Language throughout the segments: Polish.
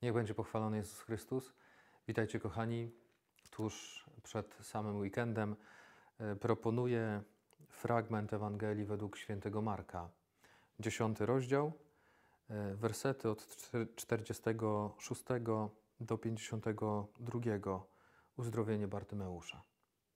Niech będzie pochwalony Jezus Chrystus. Witajcie kochani. Tuż przed samym weekendem proponuję fragment Ewangelii według świętego Marka. 10 rozdział, wersety od 46 do 52. Uzdrowienie Bartymeusza.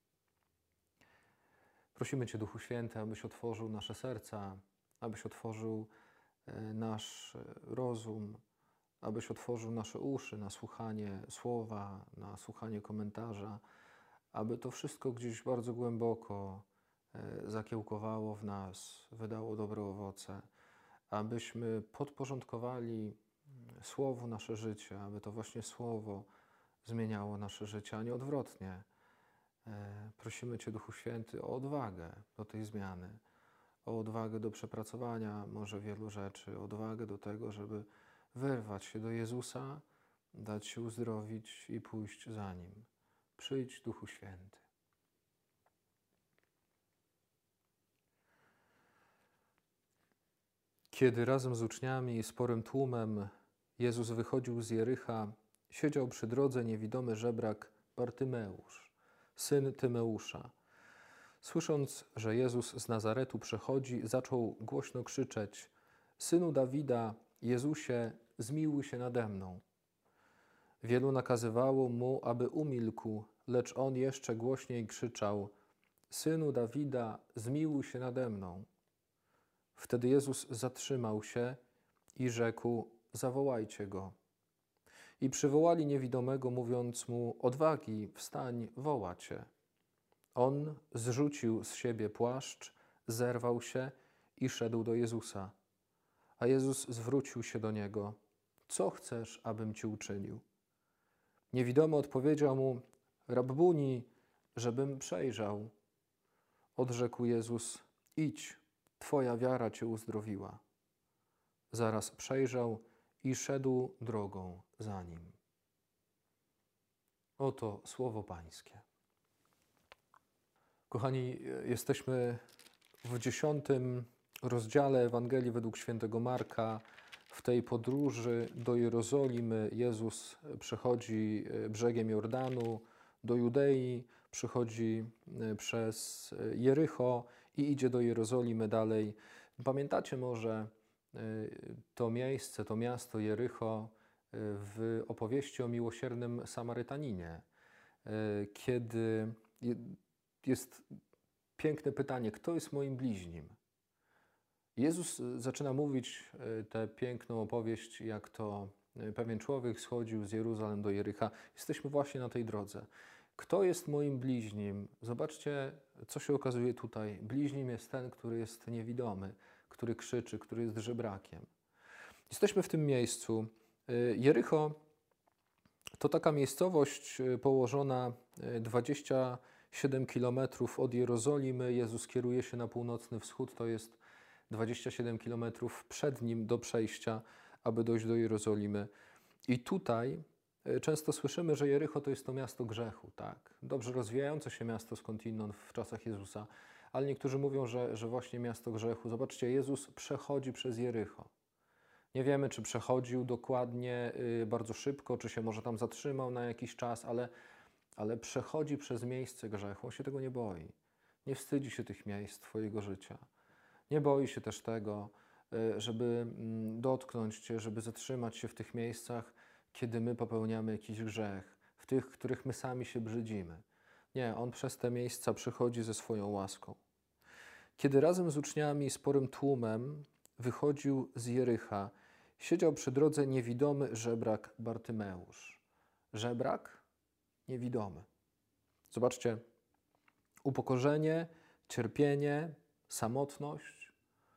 Prosimy Cię, Duchu Święty, abyś otworzył nasze serca, abyś otworzył nasz rozum, abyś otworzył nasze uszy na słuchanie słowa, na słuchanie komentarza, aby to wszystko gdzieś bardzo głęboko zakiełkowało w nas, wydało dobre owoce, abyśmy podporządkowali Słowu nasze życie, aby to właśnie Słowo zmieniało nasze życie, a nie odwrotnie. Prosimy Cię, Duchu Święty, o odwagę do tej zmiany, o odwagę do przepracowania może wielu rzeczy, odwagę do tego, żeby wyrwać się do Jezusa, dać się uzdrowić i pójść za Nim. Przyjdź, Duchu Święty. Kiedy razem z uczniami i sporym tłumem Jezus wychodził z Jericha, siedział przy drodze niewidomy żebrak Bartymeusz, syn Tymeusza. Słysząc, że Jezus z Nazaretu przechodzi, zaczął głośno krzyczeć: Synu Dawida, Jezusie, zmiłuj się nade mną. Wielu nakazywało mu, aby umilkł, lecz on jeszcze głośniej krzyczał: Synu Dawida, zmiłuj się nade mną. Wtedy Jezus zatrzymał się i rzekł: zawołajcie go. I przywołali niewidomego, mówiąc mu: odwagi, wstań, woła cię. On zrzucił z siebie płaszcz, zerwał się i szedł do Jezusa. A Jezus zwrócił się do niego: co chcesz, abym ci uczynił? Niewidomy odpowiedział mu: Rabbuni, żebym przejrzał. Odrzekł Jezus: idź, twoja wiara cię uzdrowiła. Zaraz przejrzał i szedł drogą za nim. Oto słowo Pańskie. Kochani, jesteśmy w 10 rozdziale Ewangelii według świętego Marka. W tej podróży do Jerozolimy Jezus przechodzi brzegiem Jordanu do Judei, przechodzi przez Jericho i idzie do Jerozolimy dalej. Pamiętacie może to miejsce, to miasto Jericho w opowieści o miłosiernym Samarytaninie, kiedy jest piękne pytanie: kto jest moim bliźnim? Jezus zaczyna mówić tę piękną opowieść, jak to pewien człowiek schodził z Jeruzalem do Jericha. Jesteśmy właśnie na tej drodze. Kto jest moim bliźnim? Zobaczcie, co się okazuje tutaj. Bliźnim jest ten, który jest niewidomy, który krzyczy, który jest żebrakiem. Jesteśmy w tym miejscu. Jericho to taka miejscowość położona 27 km od Jerozolimy. Jezus kieruje się na północny wschód, to jest 27 km przed nim do przejścia, aby dojść do Jerozolimy. I tutaj często słyszymy, że Jericho to jest to miasto grzechu, tak? Dobrze rozwijające się miasto skądinąd w czasach Jezusa, ale niektórzy mówią, że właśnie miasto grzechu. Zobaczcie, Jezus przechodzi przez Jericho. Nie wiemy, czy przechodził dokładnie, bardzo szybko, czy się może tam zatrzymał na jakiś czas, ale przechodzi przez miejsce grzechu. On się tego nie boi. Nie wstydzi się tych miejsc swojego życia. Nie boi się też tego, żeby dotknąć Cię, żeby zatrzymać się w tych miejscach, kiedy my popełniamy jakiś grzech, w tych, których my sami się brzydzimy. Nie, On przez te miejsca przychodzi ze swoją łaską. Kiedy razem z uczniami i sporym tłumem wychodził z Jericha, siedział przy drodze niewidomy żebrak Bartymeusz. Żebrak, niewidomy. Zobaczcie, upokorzenie, cierpienie, samotność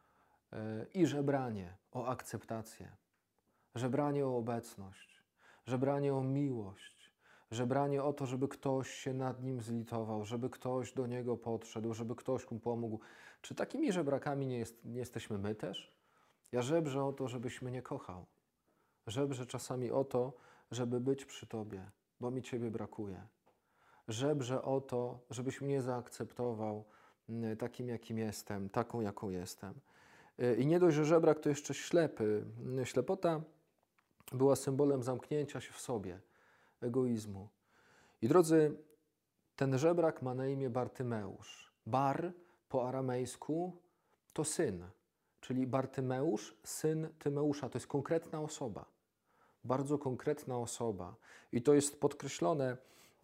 i żebranie o akceptację, żebranie o obecność, żebranie o miłość, żebranie o to, żeby ktoś się nad nim zlitował, żeby ktoś do niego podszedł, żeby ktoś mu pomógł. Czy takimi żebrakami nie jesteśmy my też? Ja żebrzę o to, żebyś mnie kochał. Żebrzę czasami o to, żeby być przy Tobie, bo mi Ciebie brakuje. Żebrzę o to, żebyś mnie zaakceptował takim, jakim jestem, taką, jaką jestem. I nie dość, że żebrak to jeszcze ślepy. Ślepota była symbolem zamknięcia się w sobie, egoizmu. I drodzy, ten żebrak ma na imię Bartymeusz. Bar po aramejsku to syn, czyli Bartymeusz, syn Tymeusza. To jest konkretna osoba, bardzo konkretna osoba. I to jest podkreślone,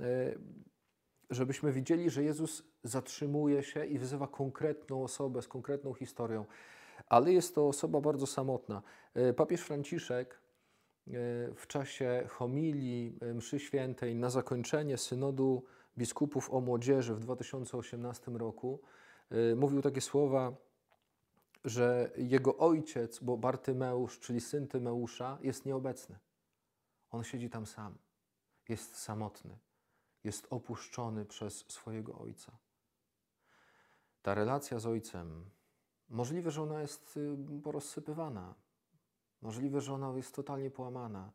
żebyśmy widzieli, że Jezus zatrzymuje się i wzywa konkretną osobę z konkretną historią, ale jest to osoba bardzo samotna. Papież Franciszek w czasie homilii mszy świętej na zakończenie synodu biskupów o młodzieży w 2018 roku mówił takie słowa, że jego ojciec, bo Bartymeusz, czyli syn Tymeusza, jest nieobecny. On siedzi tam sam, jest samotny, jest opuszczony przez swojego ojca. Ta relacja z ojcem, możliwe, że ona jest porozsypywana, możliwe, że ona jest totalnie połamana.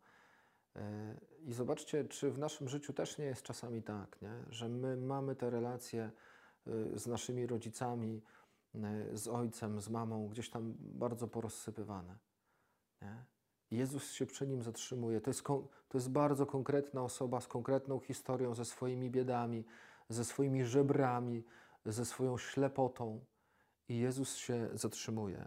I zobaczcie, czy w naszym życiu też nie jest czasami tak, nie? Że my mamy te relacje z naszymi rodzicami, z ojcem, z mamą, gdzieś tam bardzo porozsypywane. Nie? Jezus się przy nim zatrzymuje. To jest bardzo konkretna osoba z konkretną historią, ze swoimi biedami, ze swoimi żebrami, ze swoją ślepotą. I Jezus się zatrzymuje.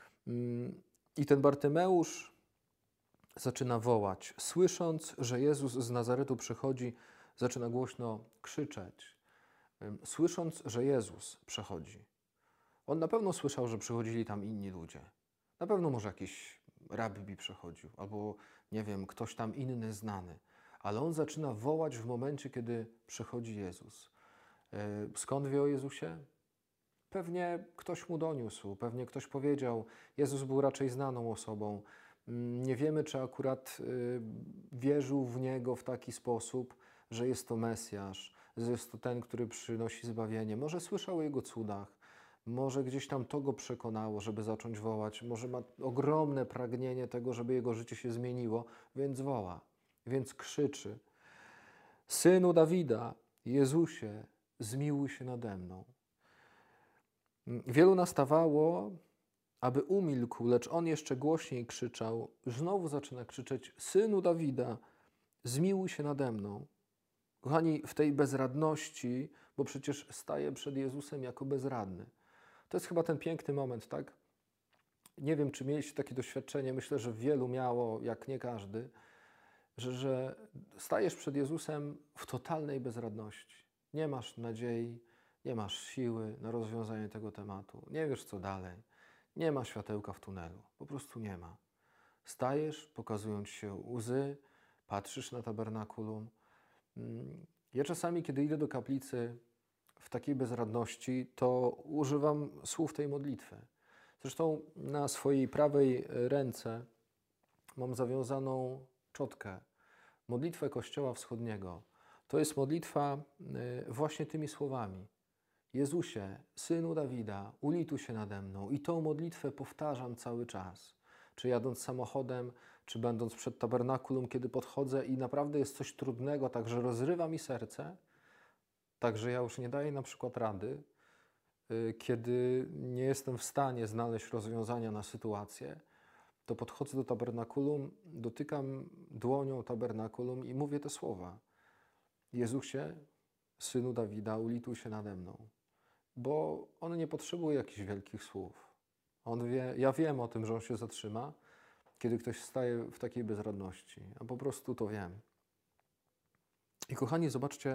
I ten Bartymeusz zaczyna wołać. Słysząc, że Jezus z Nazaretu przychodzi, zaczyna głośno krzyczeć. Słysząc, że Jezus przechodzi. On na pewno słyszał, że przychodzili tam inni ludzie. Na pewno może jakiś rabbi przechodził, albo nie wiem, ktoś tam inny znany. Ale on zaczyna wołać w momencie, kiedy przychodzi Jezus. Skąd wie o Jezusie? Pewnie ktoś mu doniósł, pewnie ktoś powiedział. Jezus był raczej znaną osobą. Nie wiemy, czy akurat wierzył w Niego w taki sposób, że jest to Mesjasz, że jest to ten, który przynosi zbawienie. Może słyszał o Jego cudach, może gdzieś tam to go przekonało, żeby zacząć wołać. Może ma ogromne pragnienie tego, żeby jego życie się zmieniło, więc woła, więc krzyczy. Synu Dawida, Jezusie, zmiłuj się nade mną. Wielu nastawało, aby umilkł, lecz on jeszcze głośniej krzyczał. Znowu zaczyna krzyczeć: Synu Dawida, zmiłuj się nade mną. Kochani, w tej bezradności, bo przecież staje przed Jezusem jako bezradny. To jest chyba ten piękny moment, tak? Nie wiem, czy mieliście takie doświadczenie, myślę, że wielu miało, jak nie każdy, że stajesz przed Jezusem w totalnej bezradności. Nie masz nadziei, nie masz siły na rozwiązanie tego tematu, nie wiesz, co dalej. Nie ma światełka w tunelu, po prostu nie ma. Stajesz, pokazują ci się łzy, patrzysz na tabernakulum. Ja czasami, kiedy idę do kaplicy w takiej bezradności, to używam słów tej modlitwy. Zresztą na swojej prawej ręce mam zawiązaną czotkę, modlitwę Kościoła Wschodniego. To jest modlitwa właśnie tymi słowami. Jezusie, Synu Dawida, ulituj się nade mną. I tą modlitwę powtarzam cały czas. Czy jadąc samochodem, czy będąc przed tabernakulum, kiedy podchodzę i naprawdę jest coś trudnego, tak że rozrywa mi serce, tak że ja już nie daję na przykład rady, kiedy nie jestem w stanie znaleźć rozwiązania na sytuację, to podchodzę do tabernakulum, dotykam dłonią tabernakulum i mówię te słowa. Jezusie, Synu Dawida, ulituj się nade mną. Bo on nie potrzebuje jakichś wielkich słów. On wie, ja wiem o tym, że on się zatrzyma, kiedy ktoś staje w takiej bezradności. A po prostu to wiem. I kochani, zobaczcie,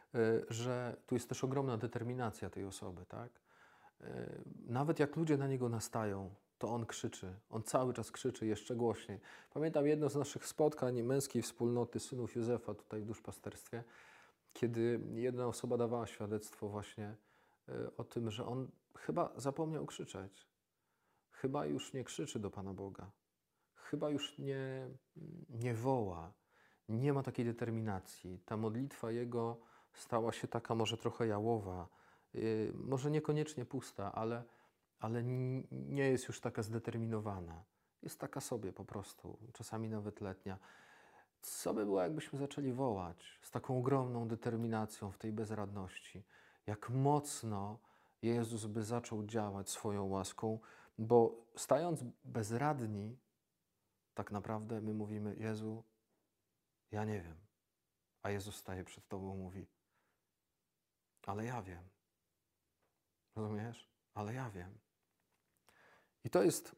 że tu jest też ogromna determinacja tej osoby, tak? Nawet jak ludzie na niego nastają, to on krzyczy. On cały czas krzyczy jeszcze głośniej. Pamiętam jedno z naszych spotkań męskiej wspólnoty synów Józefa tutaj w duszpasterstwie, kiedy jedna osoba dawała świadectwo właśnie o tym, że on chyba zapomniał krzyczeć. Chyba już nie krzyczy do Pana Boga. Chyba już nie woła. Nie ma takiej determinacji. Ta modlitwa jego stała się taka może trochę jałowa, może niekoniecznie pusta, ale nie jest już taka zdeterminowana. Jest taka sobie po prostu, czasami nawet letnia. Co by było, jakbyśmy zaczęli wołać z taką ogromną determinacją w tej bezradności? Jak mocno Jezus by zaczął działać swoją łaską, bo stając bezradni, tak naprawdę my mówimy: Jezu, ja nie wiem. A Jezus staje przed tobą i mówi: ale ja wiem. Rozumiesz? Ale ja wiem. I to jest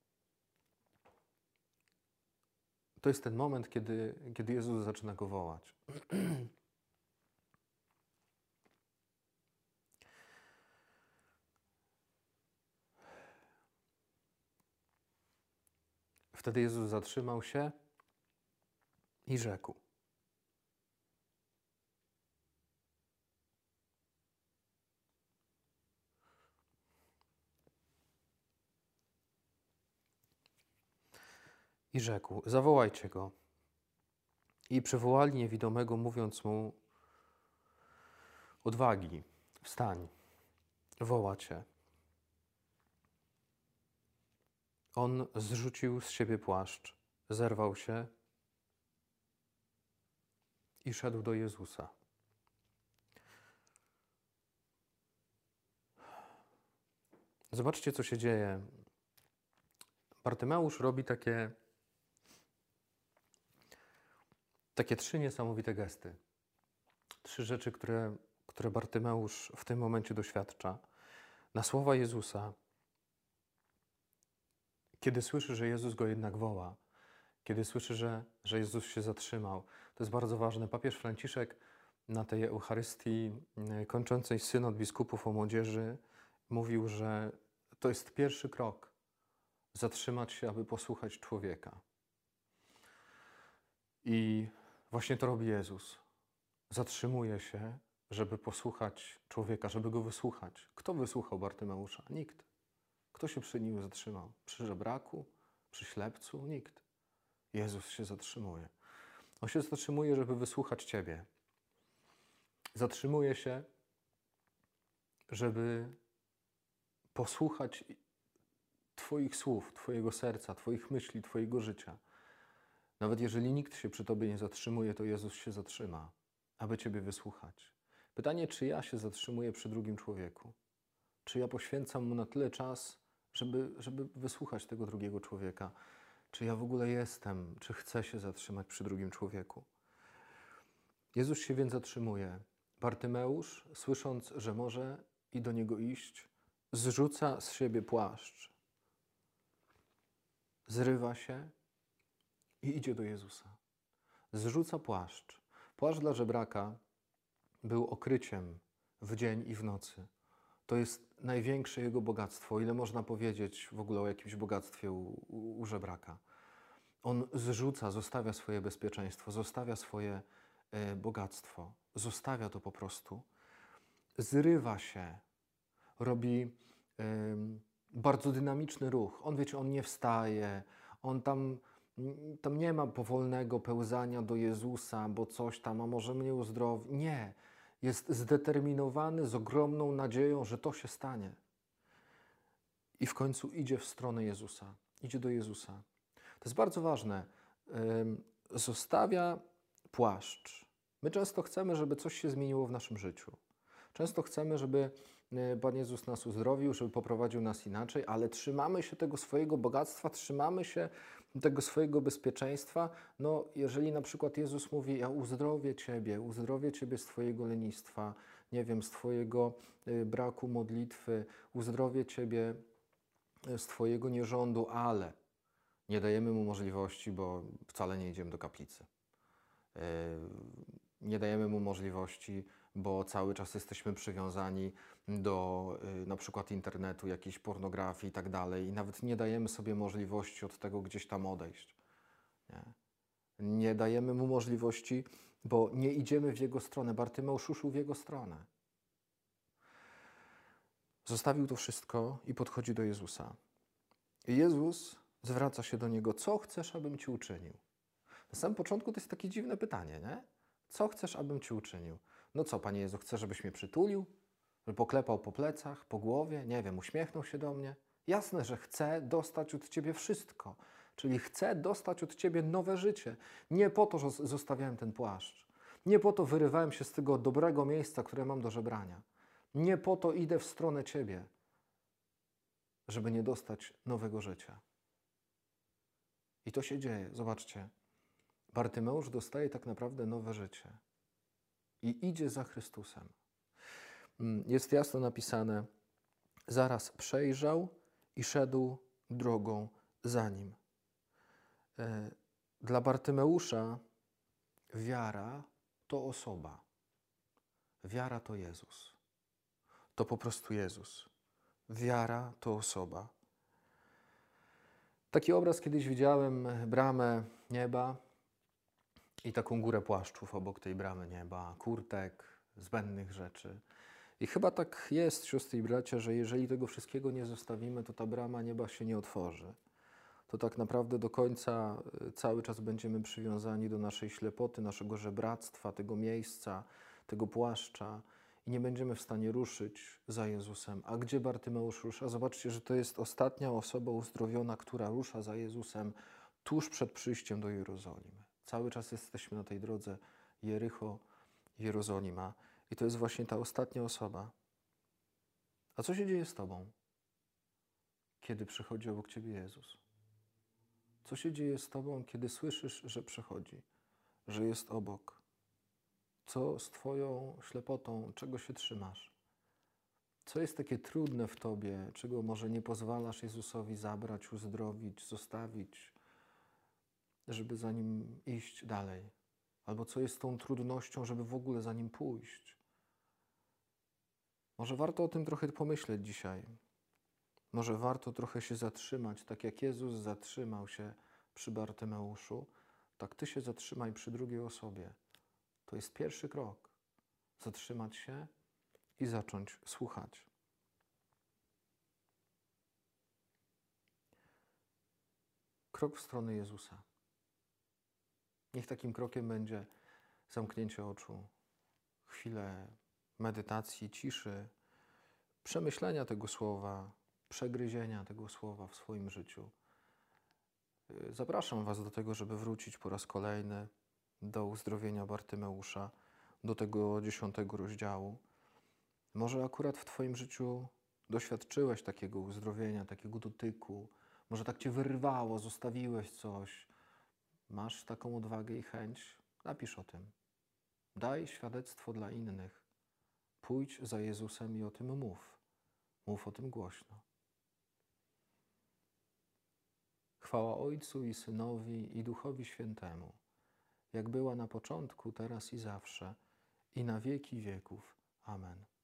ten moment, kiedy Jezus zaczyna go wołać. Wtedy Jezus zatrzymał się i rzekł: zawołajcie go. I przywołali niewidomego, mówiąc mu: odwagi, wstań, woła cię. On zrzucił z siebie płaszcz, zerwał się i szedł do Jezusa. Zobaczcie, co się dzieje. Bartymeusz robi takie 3 niesamowite gesty. 3 rzeczy, które Bartymeusz w tym momencie doświadcza. Na słowa Jezusa, kiedy słyszy, że Jezus go jednak woła, kiedy słyszy, że Jezus się zatrzymał. To jest bardzo ważne. Papież Franciszek na tej Eucharystii kończącej synod biskupów o młodzieży mówił, że to jest pierwszy krok. Zatrzymać się, aby posłuchać człowieka. I właśnie to robi Jezus. Zatrzymuje się, żeby posłuchać człowieka, żeby go wysłuchać. Kto wysłuchał Bartymeusza? Nikt. Kto się przy nim zatrzymał? Przy żebraku? Przy ślepcu? Nikt. Jezus się zatrzymuje. On się zatrzymuje, żeby wysłuchać ciebie. Zatrzymuje się, żeby posłuchać twoich słów, twojego serca, twoich myśli, twojego życia. Nawet jeżeli nikt się przy tobie nie zatrzymuje, to Jezus się zatrzyma, aby ciebie wysłuchać. Pytanie, czy ja się zatrzymuję przy drugim człowieku? Czy ja poświęcam mu na tyle czas, żeby wysłuchać tego drugiego człowieka? Czy ja w ogóle jestem, czy chcę się zatrzymać przy drugim człowieku? Jezus się więc zatrzymuje. Bartymeusz, słysząc, że może i do niego iść, zrzuca z siebie płaszcz. Zrywa się i idzie do Jezusa. Zrzuca płaszcz. Płaszcz dla żebraka był okryciem w dzień i w nocy. To jest największe jego bogactwo, o ile można powiedzieć w ogóle o jakimś bogactwie u żebraka. On zrzuca, zostawia swoje bezpieczeństwo, zostawia swoje bogactwo. Zostawia to po prostu. Zrywa się. Robi bardzo dynamiczny ruch. On, wiecie, on nie wstaje. On tam nie ma powolnego pełzania do Jezusa, bo coś tam, a może mnie uzdrowi. Nie. Jest zdeterminowany z ogromną nadzieją, że to się stanie. I w końcu idzie w stronę Jezusa. Idzie do Jezusa. To jest bardzo ważne. Zostawia płaszcz. My często chcemy, żeby coś się zmieniło w naszym życiu. Często chcemy, żeby Pan Jezus nas uzdrowił, żeby poprowadził nas inaczej, ale trzymamy się tego swojego bogactwa, trzymamy się tego swojego bezpieczeństwa. No, jeżeli na przykład Jezus mówi: ja uzdrowię Ciebie z Twojego lenistwa, nie wiem, z Twojego braku modlitwy, uzdrowię Ciebie z Twojego nierządu, ale nie dajemy Mu możliwości, bo wcale nie idziemy do kaplicy. Nie dajemy Mu możliwości, bo cały czas jesteśmy przywiązani do na przykład internetu, jakiejś pornografii i tak dalej i nawet nie dajemy sobie możliwości od tego gdzieś tam odejść. Nie dajemy Mu możliwości, bo nie idziemy w Jego stronę. Bartymeusz ruszył w Jego stronę. Zostawił to wszystko i podchodzi do Jezusa. I Jezus zwraca się do Niego: co chcesz, abym Ci uczynił? Na samym początku to jest takie dziwne pytanie, nie? Co chcesz, abym Ci uczynił? No co, Panie Jezu, chcesz, żebyś mnie przytulił? Żeby poklepał po plecach, po głowie? Nie wiem, uśmiechnął się do mnie? Jasne, że chcę dostać od Ciebie wszystko. Czyli chcę dostać od Ciebie nowe życie. Nie po to, że zostawiałem ten płaszcz. Nie po to wyrywałem się z tego dobrego miejsca, które mam do żebrania. Nie po to idę w stronę Ciebie, żeby nie dostać nowego życia. I to się dzieje. Zobaczcie. Bartymeusz dostaje tak naprawdę nowe życie i idzie za Chrystusem. Jest jasno napisane, zaraz przejrzał i szedł drogą za nim. Dla Bartymeusza wiara to osoba. Wiara to Jezus. To po prostu Jezus. Wiara to osoba. Taki obraz kiedyś widziałem, bramę nieba i taką górę płaszczów obok tej bramy nieba, kurtek, zbędnych rzeczy. I chyba tak jest, siostry i bracia, że jeżeli tego wszystkiego nie zostawimy, to ta brama nieba się nie otworzy. To tak naprawdę do końca cały czas będziemy przywiązani do naszej ślepoty, naszego żebractwa, tego miejsca, tego płaszcza i nie będziemy w stanie ruszyć za Jezusem. A gdzie Bartymeusz rusza? Zobaczcie, że to jest ostatnia osoba uzdrowiona, która rusza za Jezusem tuż przed przyjściem do Jerozolimy. Cały czas jesteśmy na tej drodze Jericho, Jerozolima i to jest właśnie ta ostatnia osoba. A co się dzieje z tobą, kiedy przychodzi obok ciebie Jezus? Co się dzieje z tobą, kiedy słyszysz, że przychodzi, że jest obok? Co z twoją ślepotą, czego się trzymasz? Co jest takie trudne w tobie, czego może nie pozwalasz Jezusowi zabrać, uzdrowić, zostawić, żeby za Nim iść dalej? Albo co jest tą trudnością, żeby w ogóle za Nim pójść? Może warto o tym trochę pomyśleć dzisiaj. Może warto trochę się zatrzymać, tak jak Jezus zatrzymał się przy Bartymeuszu, tak ty się zatrzymaj przy drugiej osobie. To jest pierwszy krok. Zatrzymać się i zacząć słuchać. Krok w stronę Jezusa. Niech takim krokiem będzie zamknięcie oczu, chwilę medytacji, ciszy, przemyślenia tego słowa, przegryzienia tego słowa w swoim życiu. Zapraszam was do tego, żeby wrócić po raz kolejny do uzdrowienia Bartymeusza, do tego 10 rozdziału. Może akurat w twoim życiu doświadczyłeś takiego uzdrowienia, takiego dotyku. Może tak cię wyrwało, zostawiłeś coś. Masz taką odwagę i chęć? Napisz o tym. Daj świadectwo dla innych. Pójdź za Jezusem i o tym mów. Mów o tym głośno. Chwała Ojcu i Synowi i Duchowi Świętemu, jak była na początku, teraz i zawsze, i na wieki wieków. Amen.